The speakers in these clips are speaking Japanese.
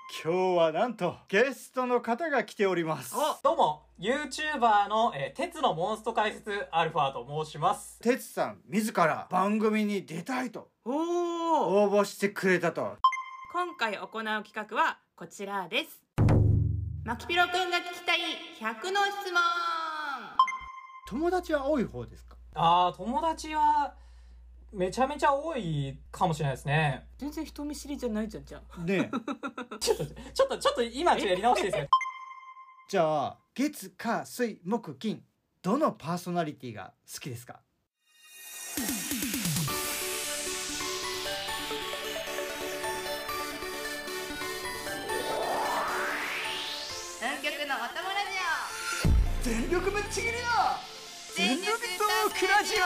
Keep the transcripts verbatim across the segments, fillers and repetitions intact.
今日はなんとゲストの方が来ております。 お、どうも YouTuber の、えー、鉄のモンスト解説アルファと申します。 鉄さん自ら番組に出たいとおお、 応募してくれたと。 今回行う企画はこちらです。マキピロくんが聞きたいひゃくの質問。 友達は多い方ですか？ あー、友達はめちゃめちゃ多いかもしれないですね。 全然人見知りじゃないじゃん。じゃあねえちょっとちょっとちょっと今ちょっとやり直していいですか？ じゃあ月火水木金どのパーソナリティが好きですか？ 南極のお友ラジ全力ぶっちぎりの全力トークラジオ。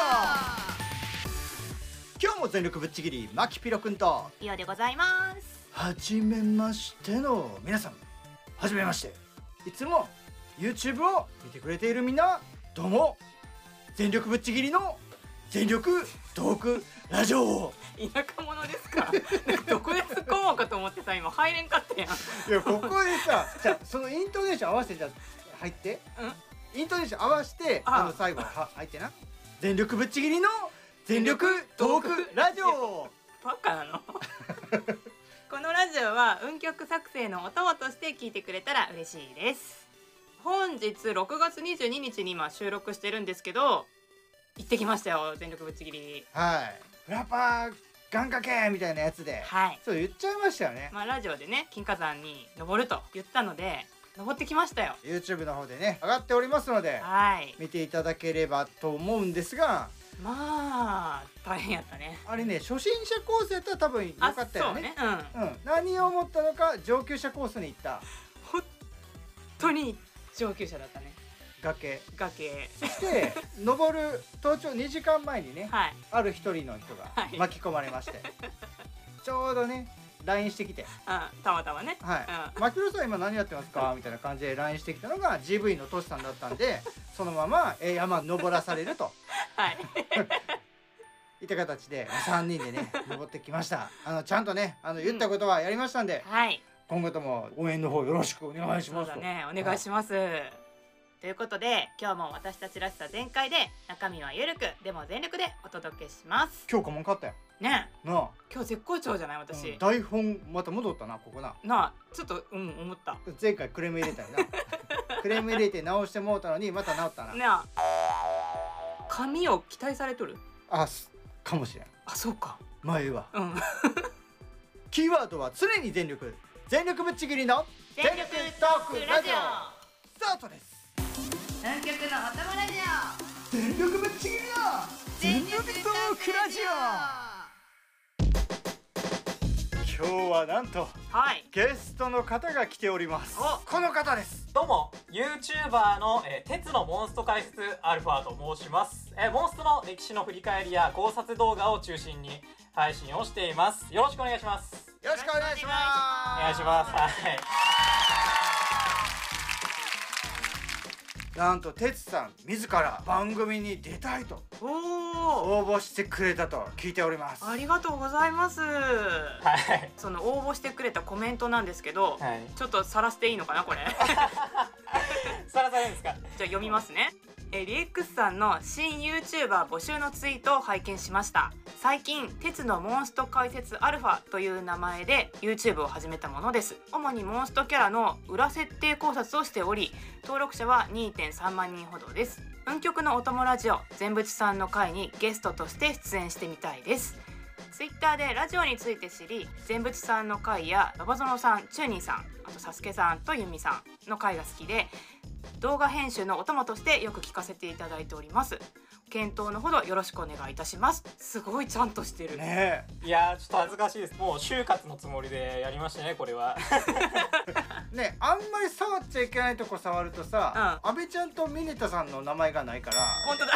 今日も全力ぶっちぎりマキピロくんとオイオでございます。 はじめましての皆さん、はじめまして。いつも YouTube を見てくれているみんな、どうも。全力ぶっちぎりの全力トークラジオ。 田舎者ですか？なんかどこで突っ込もうかと思ってさ、今入れんかったやん。 いやここでさ、じゃあそのイントネーション合わせて、じゃあ入って、イントネーション合わせて、あの最後は入ってな。全力ぶっちぎりの全力トークラジオ。 バカなの？このラジオは運曲作成のお供として聞いてくれたら嬉しいです。本日ろくがつにじゅうににちに今収録してるんですけど、行ってきましたよ、全力ぶっちぎり。 はい。フラパー願掛けみたいなやつで、 はい、 そう言っちゃいましたよね。 まあラジオでね、金華山に登ると言ったので登ってきましたよ。 YouTube の方でね上がっておりますので、 はい、 見ていただければと思うんですが、 まあ大変やったね。 あれね、初心者コースやったら多分よかったよね。 あ、そうね、 うん、うん、何を思ったのか上級者コースに行った。 本当に上級者だったね。 崖崖そして登る登頂にじかんまえにね、 はい、 ある一人の人が巻き込まれまして、はい、ちょうどね ライン してきて、 うん、たまたまね、 はい、マキロさん今何やってますかみたいな感じで ライン してきたのが ジーブイ のトシさんだったんで、そのまま、えー、山登らされるとはいいった形でさんにんでね登ってきました。あのちゃんとねあの言ったことはやりましたんで、 うん、はい、 今後とも応援の方よろしくお願いしますと。 そうだね、お願いします、はい、ということで今日も私たちらしさ全開で中身はゆるくでも全力でお届けします。 今日かもんかったよねえなあ。 今日絶好調じゃない私、 うん、台本また戻ったなここな。 なあ、ちょっとうん思った。 前回クレーム入れたりなクレーム入れて直してもうたのにまた直ったな。 ねあ、髪を期待されとる。 あ、かもしれん。 あ、そうか。 前はうんキーワードは常に全力全力ぶっちぎりの全力トークラジオスタートです。 南極のお供ラジオ全力ぶっちぎりの全力トークラジオ。今日はなんと、 はい、 ゲストの方が来ております。この方です。 どうも YouTuber の、えー、鉄のモンスト解説アルファと申します。えー、モンストの歴史の振り返りや考察動画を中心に配信をしています。よろしくお願いします。 よろしくお願いします。 お願いします。はい。 なんと鉄さん自ら番組に出たいとおお応募してくれたと聞いております。 ありがとうございます。 はい。 その応募してくれたコメントなんですけど、はい、ちょっと晒していいのかなこれ晒されるんですか？ じゃあ読みますね。えリエックスさんの新 YouTuber 募集のツイートを拝見しました。最近鉄のモンスト解説アルファという名前で YouTube を始めたものです。主にモンストキャラの裏設定考察をしており、登録者は にてんさんまんにんほどです。運極のお供ラジオ全淵さんの回にゲストとして出演してみたいです。ツイッターでラジオについて知り、全淵さんの回やババゾノさん、チューニーさん、あとサスケさんとユミさんの回が好きで、動画編集のお供としてよく聞かせていただいております。検討のほどよろしくお願いいたします。すごいちゃんとしてるね。 いやーちょっと恥ずかしいです。もう就活のつもりでやりましたねこれはね、あんまり触っちゃいけないとこ触るとさ、うん、阿部ちゃんとミネタさんの名前がないから。 本当だ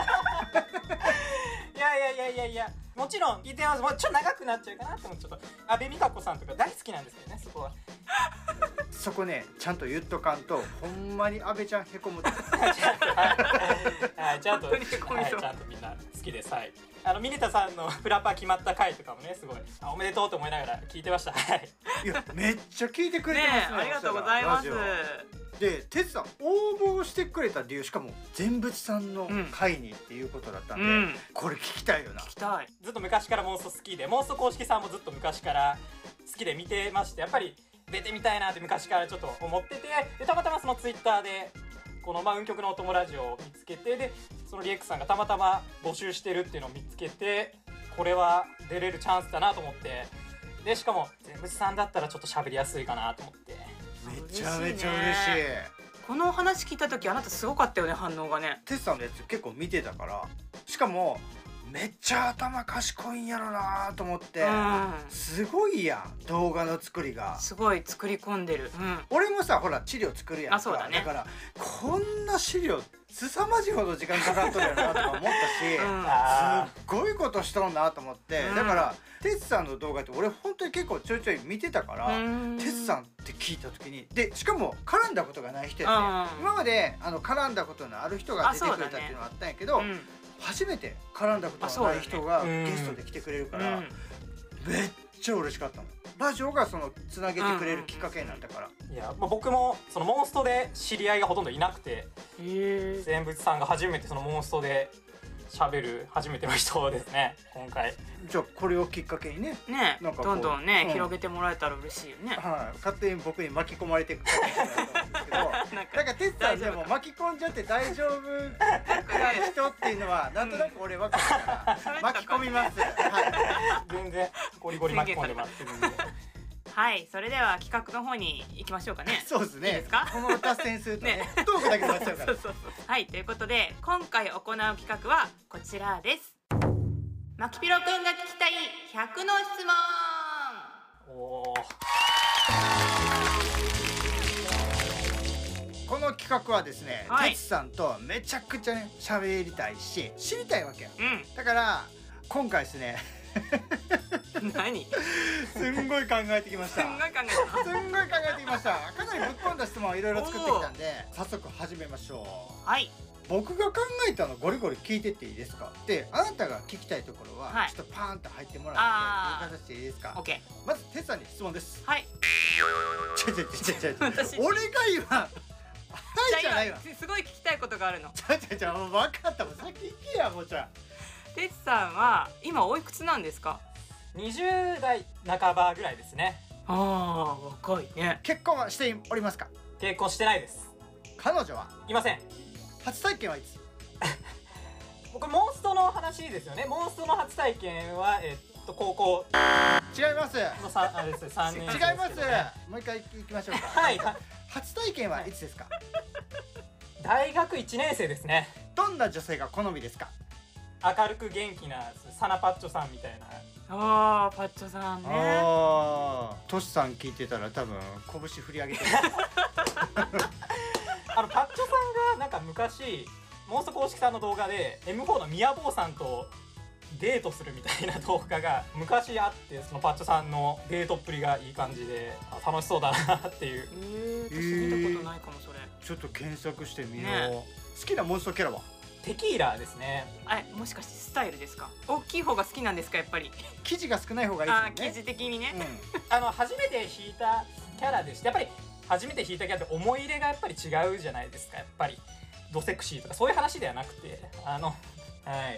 いやいやいやいやいや、もちろん聞いてます。もうちょっと長くなっちゃうかなって思って、ちょっと阿部美香子さんとか大好きなんですけどね、そこはそこねちゃんと言っとかんとほんまに阿部ちゃんへこむちゃんとはい、ちゃんと、はい、ちゃんとみんな好きです。はい、あのミネタさんのフラパ決まった回とかもね、すごいあおめでとうと思いながら聞いてました。はいいやめっちゃ聞いてくれてますね。 ねありがとうございます。 でてつさん応募してくれた理由しかも全仏さんの会にっていうことだったんで、うん、これ聞きたいよな。 聞きたい。 ずっと昔からモンスト好きで、モンスト公式さんもずっと昔から好きで見てまして、やっぱり出てみたいなって昔からちょっと思ってて、でたまたまそのツイッターでこの、まあ、運極のお友ラジオを見つけて、でそのリエックスさんがたまたま募集してるっていうのを見つけて、これは出れるチャンスだなと思って、でしかも全仏さんだったらちょっと喋りやすいかなと思って。 めちゃめちゃ嬉しい、ね、 この話聞いた時あなたすごかったよね、反応がね。 テツさんのやつ結構見てたから、しかもめっちゃ頭賢いんやろなと思って、うん、すごいやん動画の作りがすごい作り込んでる、うん、 俺もさほら資料作るやんか。 あ、そうだね。 だからこんな資料凄まじいほど時間かかっとるやなとか思ったし、うん、すっごいことしとんなと思って、うん、だからテツさんの動画って俺本当に結構ちょいちょい見てたから、テツさんって聞いた時に、でしかも絡んだことがない人やって、今まであの絡んだことのある人が出てくれたっていうのはあったんやけど、初めて絡んだことがない人がゲストで来てくれるから、めっちゃ嬉しかったの。ラジオがそのつなげてくれるきっかけになったから。 いや、まあ、僕もそのモンストで知り合いがほとんどいなくて、全仏さんが初めてそのモンストで喋る初めての人ですね今回。 じゃあこれをきっかけにね、 ねなんかどんどんね、うん、広げてもらえたら嬉しいよね。 はい、勝手に僕に巻き込まれていく感じだと思うんですけどなんかテツさんでも巻き込んじゃって大丈夫な人っていうのはなんとなく俺分かるから巻き込みます。はい、 全然ゴリゴリ巻き込んでます。 はい、それでは企画の方に行きましょうかね。 そうですね。 いいですか？ この脱線するとね、ねトークだけになっちゃうから。そうそうそう。 はい、ということで今回行う企画はこちらです。マキピロくんが聞きたいひゃくの質問。 おー。 この企画はですね、 はい、 テツさんとめちゃくちゃね喋りたいし知りたいわけよ。 うん、 だから今回ですね。 何？ すんごい考えてきました。 すんごい考えた。 すんごい考えてきました。かなりぶっ込んだ質問をいろいろ作ってきたんで、早速始めましょう。はい。 僕が考えたのゴリゴリ聞いてっていいですか？で、あなたが聞きたいところは、はい、ちょっとパーンと入ってもらっていう形でいいですか？ オッケー。まずテツさんに質問です。 はい。 ちょちょちょちょちょ。俺が今。はいじゃないわ。 すごい聞きたいことがあるの。 ちょちょちょ、もう分かった。もう先行けやもうちゃん。 テツさんは今おいくつなんですか？ にじゅう代半ばぐらいですね。 ああ、若いね。 結婚はしておりますか？ 結婚してないです。 彼女はいません。 初体験はいつ？ 僕モンストの話ですよね。モンストの初体験はえっと高校。 違います。 のさあれですさんねん生ですけどね。 違います。もう一回行きましょうか。 はい。 初体験はいつですか？ 大学いちねん生ですね。 どんな女性が好みですか？ 明るく元気なサナパッチョさんみたいな。 あーパッチョさんね。 あートシさん聞いてたら多分拳振り上げてる。 あのパッチョさんがなんか昔モンスト公式さんの動画で エムフォー のミヤボーさんとデートするみたいな動画が昔あって、そのパッチョさんのデートっぷりがいい感じで楽しそうだなっていう。 えー、私見たことないかもそれ。 ちょっと検索してみよう、 ね、 好きなモンストキャラは？ テキーラですね。 あれもしかしてスタイルですか？大きい方が好きなんですかやっぱり？ 生地が少ない方がいいですよね。 あ、生地的にね、 うん、あの初めて弾いたキャラでして、やっぱり初めて弾いたキャラって思い入れがやっぱり違うじゃないですか。やっぱりドセクシーとかそういう話ではなくて、あのはい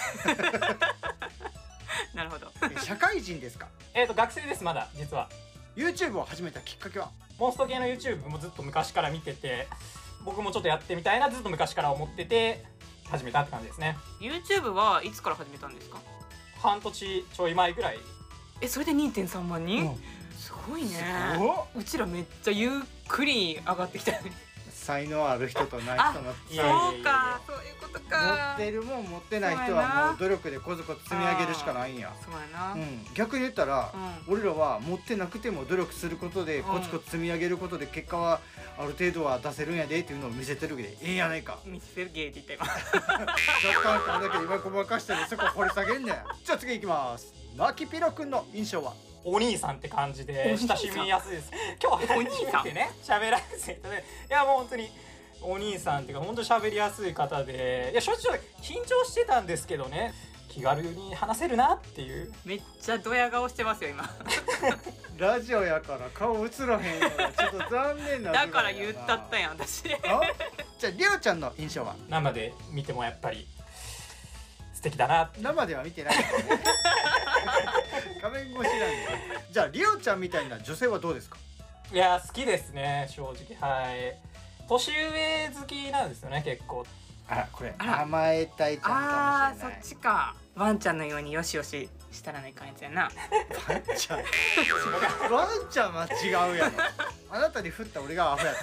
なるほど。 社会人ですか？ えっと学生ですまだ実は。 YouTube を始めたきっかけは？ モンスト系の YouTube もずっと昔から見てて、僕もちょっとやってみたいなずっと昔から思ってて始めたって感じですね。 YouTube はいつから始めたんですか？ 半年ちょい前ぐらい。 え、それで にてんさんまんにん、うん、すごいね。うちらめっちゃゆっくり上がってきたね。 才能ある人とない人のそうか、そういうことか。 持ってるもん持ってない人はもう努力でコツコツ積み上げるしかないんや。 そうやな、 うん、逆に言ったら、うん、俺らは持ってなくても努力することでコツコツ積み上げることで結果はある程度は出せるんやでっていうのを見せてるわけでええやないか。 見せる芸って言った今。 若干これだけ今ごまかしてるそこ掘り下げんねん。じゃあ次いきます。マキピロくんの印象は？ お兄さんって感じで親しみやすいです。今日はお兄さんってね喋らせていただいて、いやもう本当にお兄さんっていうか本当に喋りやすい方で、いや正直緊張してたんですけどね、緊気軽に話せるなっていう。 めっちゃドヤ顔してますよ今ラジオやから顔映らへんのがちょっと残念なぐらいやな。 だから言ったったんや私あじゃありょうちゃんの印象は？ 生で見てもやっぱり素敵だな。 生では見てない画面越しなんで。じゃありょうちゃんみたいな女性はどうですか？ いや好きですね正直。はい、年上好きなんですよね結構。 あらこれあら甘えたいちゃんかもしれない。 あーそっちか。ワンちゃんのようによしよししたらないかんやつやな。 ワンちゃんワンちゃんは違うやろ。あなたに振った俺がアホやった。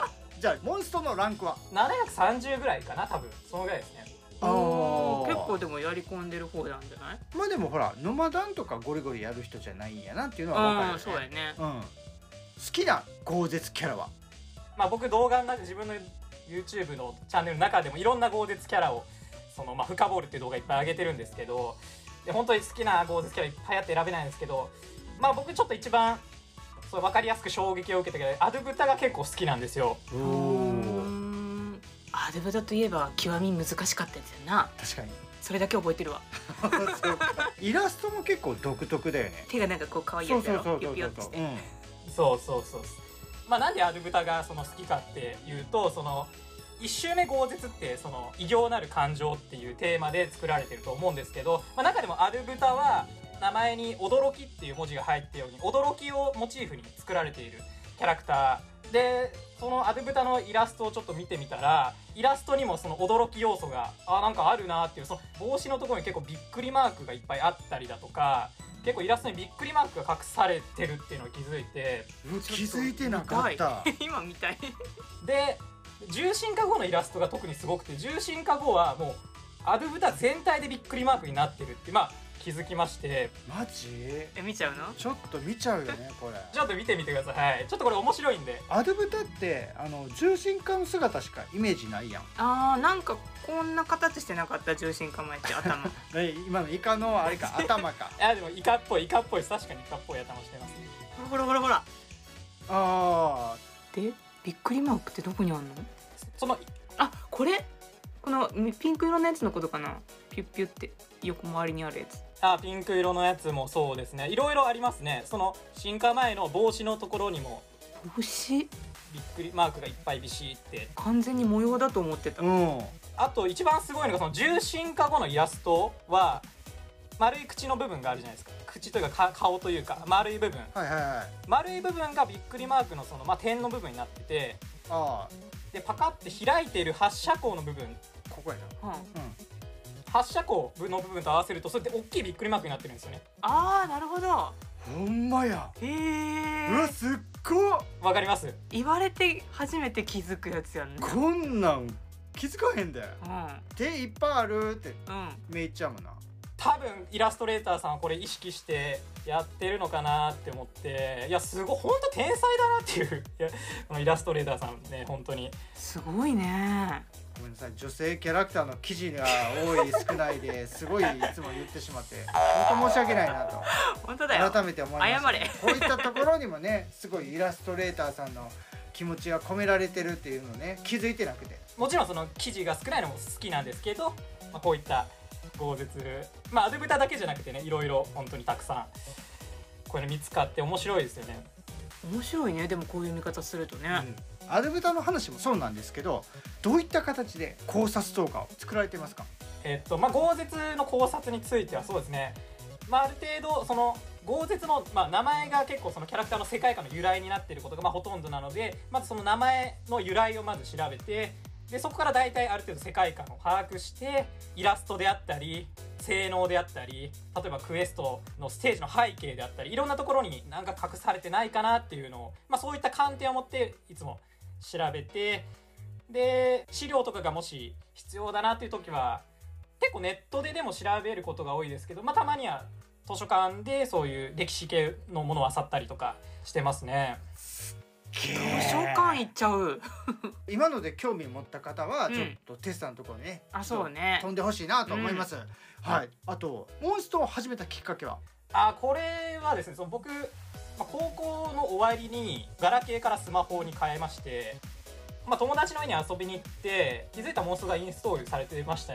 じゃあモンストのランクはななひゃくさんじゅうぐらいかな多分そのぐらいですね。 あー結構でもやり込んでる方なんじゃない？ まあでもほらノマダンとかゴリゴリやる人じゃないんやなっていうのは分かるよね。 うんそうやね。 うん、好きな豪絶キャラは？ まあ僕動画の中自分の YouTube のチャンネルの中でもいろんな豪絶キャラをその、まあ、深掘るっていう動画いっぱい上げてるんですけど、で本当に好きな豪絶キャラいっぱいあって選べないんですけど、まあ僕ちょっと一番そう分かりやすく衝撃を受けたけどアドブタが結構好きなんですよ。 おうーんアドブタといえば極み難しかったやつやな。 確かにそれだけ覚えてるわ。 そうかイラストも結構独特だよね。 手がなんかこう可愛いやつやろ。ピヨピヨってして。 そうそうそう。まあなんでアドブタがその好きかっていうと、そのいち周目豪絶ってその異形なる感情っていうテーマで作られてると思うんですけど、まあ、中でもアドブタは名前に驚きっていう文字が入ったように驚きをモチーフに作られているキャラクターで、そのアドブタのイラストをちょっと見てみたらイラストにもその驚き要素があなんかあるなっていう、その帽子のところに結構びっくりマークがいっぱいあったりだとか、結構イラストにびっくりマークが隠されてるっていうのを気づいて、 うん、気づいてなかった。 今みたい。 で重心化後のイラストが特にすごくて、重心化後はもうアドブタ全体でびっくりマークになってるってまあ気づきまして。 マジ？ え見ちゃうの？ ちょっと見ちゃうよねこれ。 ちょっと見てみてください。はい、ちょっとこれ面白いんで。 アドブタってあの重心化の姿しかイメージないやん。 あーなんかこんな形してなかった？重心構えて頭ね今のイカのあれか頭か。 いやでもイカっぽいイカっぽい確かにイカっぽい頭してますね。 ほらほらほら。 あーでびっくりマークってどこにあんの？ そのあこれこのピンク色のやつのことかな。ピュッピュって横回りにあるやつ。 あピンク色のやつもそうですね、いろいろありますね。その進化前の帽子のところにも帽子びっくりマークがいっぱいビシって完全に模様だと思ってた。 うん。 あと一番すごいのがその重心化後のイラストは丸い口の部分があるじゃないですか。口というか顔というか丸い部分、 はいはいはい。 丸い部分がびっくりマークのその、まあ、点の部分になってて、 ああでパカって開いている発射口の部分、 ここやな。 うん、 うん。 発射口の部分と合わせるとそれで大きいびっくりマークになってるんですよね。 あーなるほど。 ほんまや。 へうわえ。 すっごっ。 わかります？ 言われて初めて気づくやつやんね。 こんなん気づかへんだよ。 う手いっぱいあるってんうん。 目いっちゃうもんな。 多分イラストレーターさんはこれ意識してやってるのかなって思って、いやすごい本当天才だなっていういやこのイラストレーターさんね本当にすごいね。 ごめんなさい、女性キャラクターの記事が多い少ないですごいいつも言ってしまって本当申し訳ないなと本当だよ。 改めて思いました。 謝れ。 こういったところにもねすごいイラストレーターさんの気持ちが込められてるっていうのをね気づいてなくて、 もちろんその記事が少ないのも好きなんですけど、まあ、こういった豪絶まあアドブタだけじゃなくてねいろいろ本当にたくさんこれ見つかって面白いですよね。 面白いね。でもこういう見方するとね、 うん、アドブタの話もそうなんですけど、どういった形で考察動画を作られてますか？ えっとまあ豪絶の考察についてはそうですね、まあ、ある程度その豪絶の、まあ、名前が結構そのキャラクターの世界観の由来になっていることがまあほとんどなので、まずその名前の由来をまず調べて、でそこから大体ある程度世界観を把握してイラストであったり性能であったり例えばクエストのステージの背景であったりいろんなところに何か隠されてないかなっていうのを、まあ、そういった観点を持っていつも調べて、で資料とかがもし必要だなっていう時は結構ネットででも調べることが多いですけど、まあ、たまには図書館でそういう歴史系のものを漁ったりとかしてますね。 図書館行っちゃう今ので興味を持った方はちょっとテスタのところにね、 あそうね飛んでほしいなと思います、うん、はい。あとモンストを始めたきっかけは？ あこれはですねその僕、まあ、高校の終わりにガラケーからスマホに変えまして、まあ、友達の家に遊びに行って気づいたモンストがインストールされてましたね。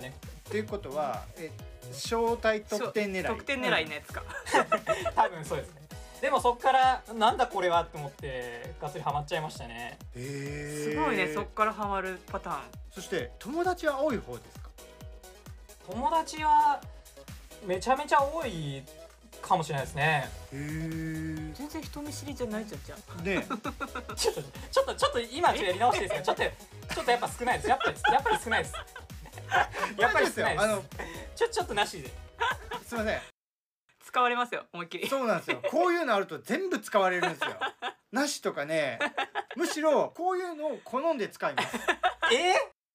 っていうことはえ招待得点狙い得点狙いのやつか、 多分そうですね。でもそっからなんだこれはって思ってがっつりハマっちゃいましたね。 へーすごいね、そっからハマるパターン。 そして友達は多い方ですか？ 友達はめちゃめちゃ多いかもしれないですね。 へー全然人見知りじゃないじゃんじゃん。 ねちょっとちょっとちょっと今ちょっとやり直していいですか？ちょっとちょっとやっぱ少ないです。やっぱりやっぱり少ないです。やっぱり少ないです。 あのちょちょっとなしで。 すいません使われますよ思いっきり。 そうなんですよこういうのあると全部使われるんですよなしとかねむしろこういうのを好んで使いますえ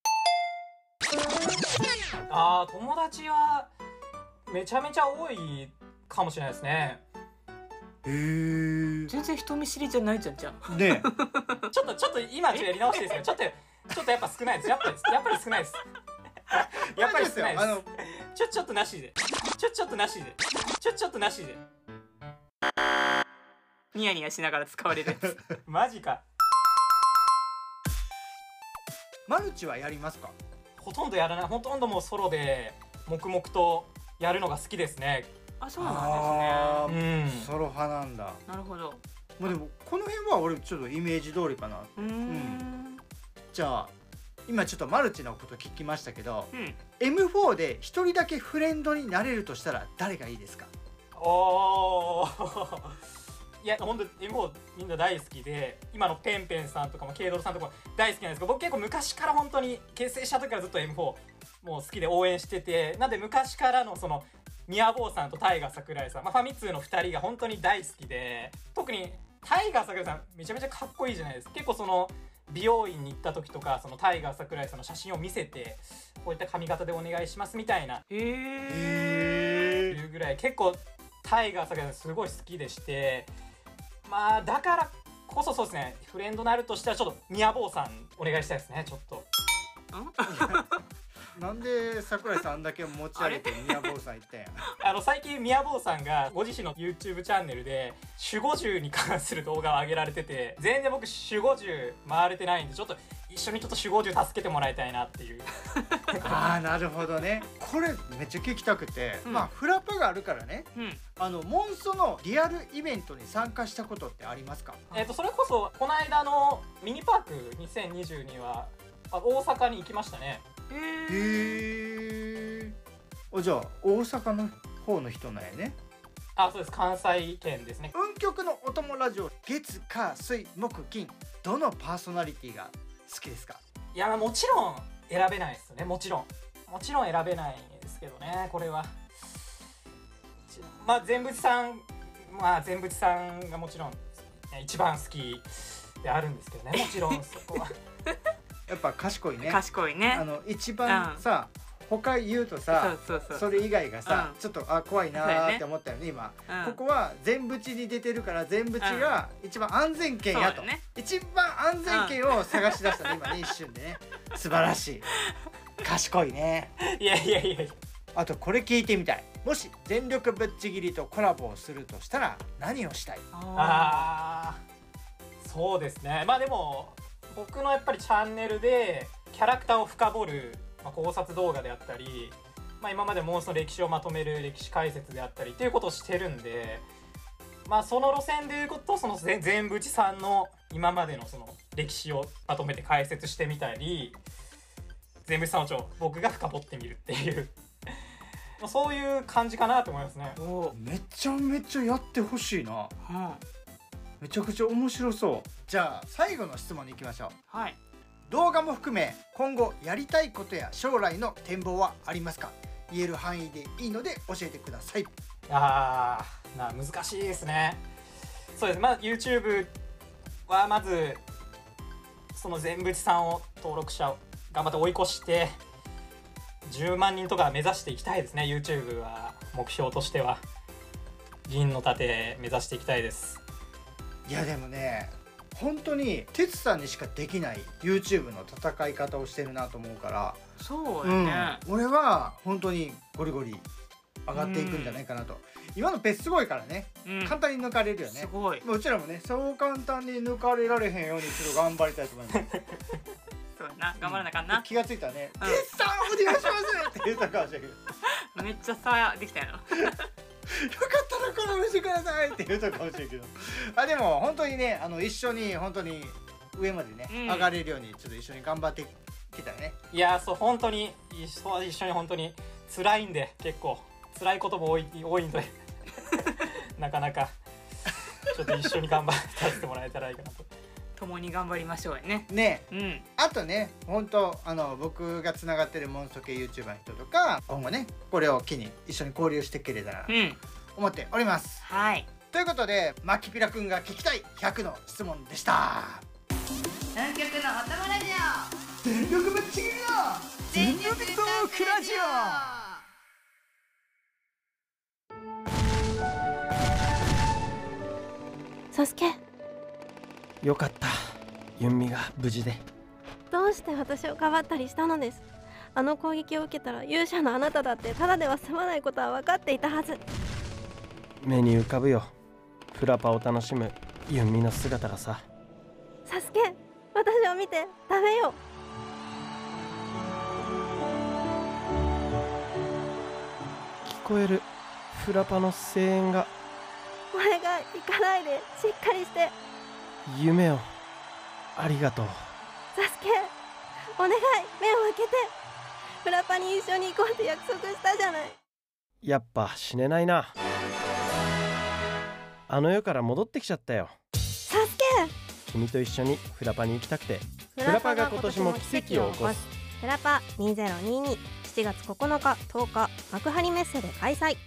ー、あー友達はめちゃめちゃ多いかもしれないですね。 へー全然人見知りじゃないじゃんじゃん。 ねちょっとちょっと今ちょっとやり直していいですか？ちょっとちょっとやっぱ少ないです。やっぱりやっぱり少ないです。やっぱり少ないです。 あのちょちょっとなしで。ちょちょっとなしで。ちょちょっとなしで。 ニヤニヤしながら使われるやつ。 マジか。 マルチはやりますか？ ほとんどやらない。ほとんどもうソロで黙々とやるのが好きですね。 あ、そうなんですあね。 うん。 ーソロ派なんだ。 なるほど。 まあでもこの辺は俺ちょっとイメージ通りかな。 うーん。 じゃあ今ちょっとマルチのこと聞きましたけど、 うん。 エムフォー で一人だけフレンドになれるとしたら誰がいいですか？ おーいや本当エムフォーみんな大好きで、今のペンペンさんとかもケイドルさんとかも大好きなんですけど、僕結構昔から本当に結成した時からずっと エムフォー もう好きで応援してて、なんで昔からのそのミヤボーさんとタイガー桜井さん、まあ、ファミ通のふたりが本当に大好きで、特にタイガー桜井さんめちゃめちゃかっこいいじゃないですか。結構その美容院に行った時とか、そのタイガー桜井さんの写真を見せて、こういった髪型でお願いしますみたいなへえ。 いうぐらい結構タイガー桜井さんすごい好きでして、まあだからこそそうですね、フレンドなるとしたらちょっとミヤボーさんお願いしたいですね。ちょっとなんで桜井さんあんだけ持ち上げて宮坊さん言ったんやあの最近ミヤボーさんがご自身の YouTube チャンネルで守護獣に関する動画を上げられてて、全然僕守護獣回れてないんで、ちょっと一緒にちょっと守護獣助けてもらいたいなっていうああなるほどね。これめっちゃ聞きたくて、 うんまあフラパがあるからね、 うん。 あのモンストのリアルイベントに参加したことってありますか？ えっとそれこそこの間のミニパークにせんにじゅうにはあ大阪に行きましたね。 へへえ。 え。おじゃあ大阪の方の人なんやね。 あ、そうです、関西圏ですね。 運極のお供ラジオ月火水木金どのパーソナリティが好きですか？ いやもちろん選べないですよね。もちろんもちろん選べないですけどね、これは。ちまあ全淵さんまあ全淵さんがもちろん一番好きであるんですけどね、もちろんそこはやっぱ賢いね。 賢いね。 あの一番さ、他言うとさそうそうそう。 それ以外がさ、 うんちょっとあ怖いなーって思ったよね今、 うんここは全淵に出てるから全淵が一番安全圏やと、 そうだね一番安全圏を探し出したね今ね一瞬でね素晴らしい賢いね。 いやいやいやいや、 あとこれ聞いてみたい。もし全力ぶっちぎりとコラボをするとしたら何をしたい？ ああーそうですね。まあでも僕のやっぱりチャンネルでキャラクターを深掘る、まあ、考察動画であったり、まあ、今までモンストの歴史をまとめる歴史解説であったりっていうことをしてるんで、まあその路線でいうことその全全淵さんの今までのその歴史をまとめて解説してみたり、全淵さんをちょ僕が深掘ってみるっていうまあそういう感じかなと思いますね。 ーおー。 めちゃめちゃやってほしいな。 うん。 めちゃくちゃ面白そう。じゃあ最後の質問に行きましょう。 はい。 動画も含め今後やりたいことや将来の展望はありますか？言える範囲でいいので教えてください。 あーな難しいですね。そうです、まあ YouTube はまずその全淵さんを登録者を頑張って追い越してじゅうまんにんとか目指していきたいですね。 YouTube は目標としては銀の盾目指していきたいです。 いやでもね本当に哲さんにしかできない YouTube の戦い方をしてるなと思うから、 そうやね。 うん、俺は本当にゴリゴリ上がっていくんじゃないかなと。今のペースすごいからね、 うん。 簡単に抜かれるよねす。ごい。 もううちらもねそう簡単に抜かれられへんようにちょっと頑張りたいと思います。 そそうやな、頑張らなあかんな。 気がついたらね「 うんテツさんお願いします」って言ったかもしれないけどめっちゃさできたよ。 よかったらこの見してくださいって言うたかもしれんけどあでも本当にねあの一緒に本当に上までね、 うん上がれるようにちょっと一緒に頑張ってきたよね。 いやーそう本当に一緒一緒に本当に辛いんで結構辛いことも多い多いんでなかなかちょっと一緒に頑張ってさせてもらえたらいいかなと。 共に頑張りましょうやね。 ねうんあとね本当あの僕がつながってるモンスト系 YouTuber の人とか今後ねこれを機に一緒に交流していけれたらうん思っております。 はい。 ということでマキピラくんが聞きたいひゃくの質問でした。 南極のお友ラジ全力ぶっちぎりのオ全力トークラジオ。サスケ、 よかった、ユンミが無事で。 どうして私をかばったりしたのです。あの攻撃を受けたら勇者のあなただってただでは済まないことは分かっていたはず。 目に浮かぶよ、フラパを楽しむユンミの姿がさ。 サスケ、私を見てダメよ。 聞こえるフラパの声援が。 お願い、行かないで、しっかりして。 夢をありがとう。 サスケ、お願い、目を開けて。フラパに一緒に行こうって約束したじゃない。 やっぱ死ねないな。あの世から戻ってきちゃったよ。 サスケ、 君と一緒にフラパに行きたくて。 フラパが今年も奇跡を起こす。 フラパにせんにじゅうに、しちがつここのか、とおか、幕張メッセで開催。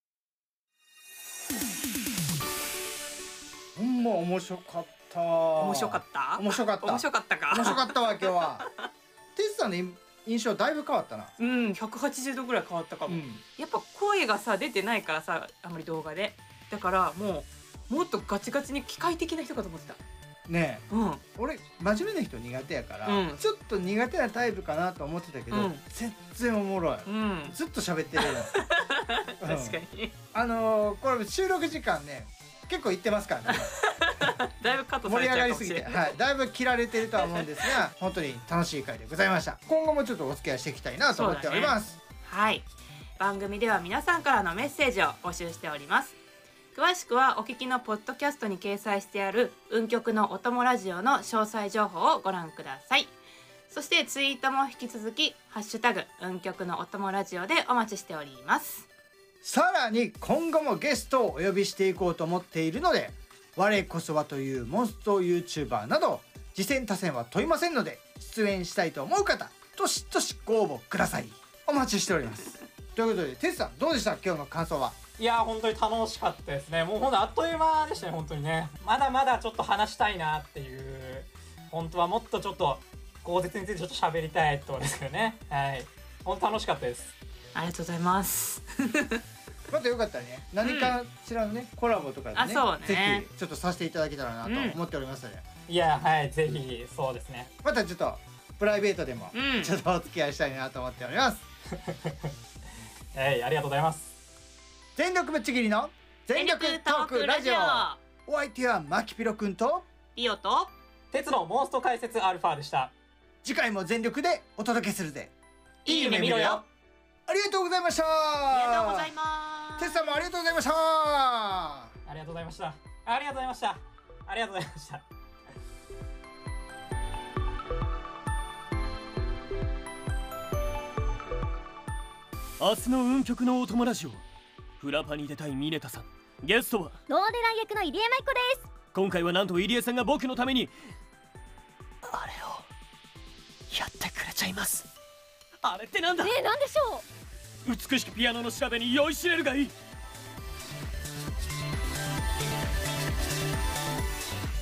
ほんま面白かった。 面白かった面白かった面白かったか面白かったわ今日は。テツさんの印象だいぶ変わったな。 うんひゃくはちじゅうどぐらい変わったかも、 うんやっぱ声がさ出てないからさあんまり動画でだからもうもっとガチガチに機械的な人かと思ってた。 ねえうん俺真面目な人苦手やから、 うんちょっと苦手なタイプかなと思ってたけど、 うん全然おもろい、 うんずっと喋ってるようん確かにあのー、これ収録時間ね結構いってますからねだいぶカットさ盛りれちゃう上がりすぎて、 かもしれない。 はい、だいぶ切られてるとは思うんですが本当に楽しい回でございました。今後もちょっとお付き合いしていきたいなと思っております、 はい番組では皆さんからのメッセージを募集しております。詳しくはお聞きのポッドキャストに掲載してある運極のお供ラジオの詳細情報をご覧ください。そしてツイートも引き続きハッシュタグ運極のお供ラジオでお待ちしております。 さらに今後もゲストをお呼びしていこうと思っているので、我こそはというモンスト YouTuber など次戦他戦は問いませんので、出演したいと思う方どしどしご応募ください。お待ちしておりますということでテツさんどうでした、今日の感想は。 いやー本当に楽しかったですね。もうほんとあっという間でしたね本当にね。まだまだちょっと話したいなっていう、本当はもっとちょっと口舌についてちょっと喋りたいところですけどね。はい本当楽しかったです。 ありがとうございますまたよかったらね何かしらのね、コラボとかでねあそうねぜひちょっとさせていただけたらなと思っておりますので、 いやはいぜひそうですね。 またちょっとプライベートでもうんちょっとお付き合いしたいなと思っております、 はいありがとうございます。 全力ぶっちぎりの全力トークラジオ、お相手はマキピロくんとリオと鉄のモンスト解説アルファでした。 次回も全力でお届けするぜ。 いい夢見ろよ。 ありがとうございました。 ありがとうございますテツさんもありがとうございました。 ありがとうございました。ありがとうございました。ありがとうございました。 明日の運極のお友ラジオ、フラパに出たいミネタさん、ゲストはローデラン役の入江舞子です。 今回はなんと入江さんが僕のためにあれをやってくれちゃいます。あれってなんだ。 ねえ、なんでしょう。 美しきピアノの調べに酔いしれるがいい。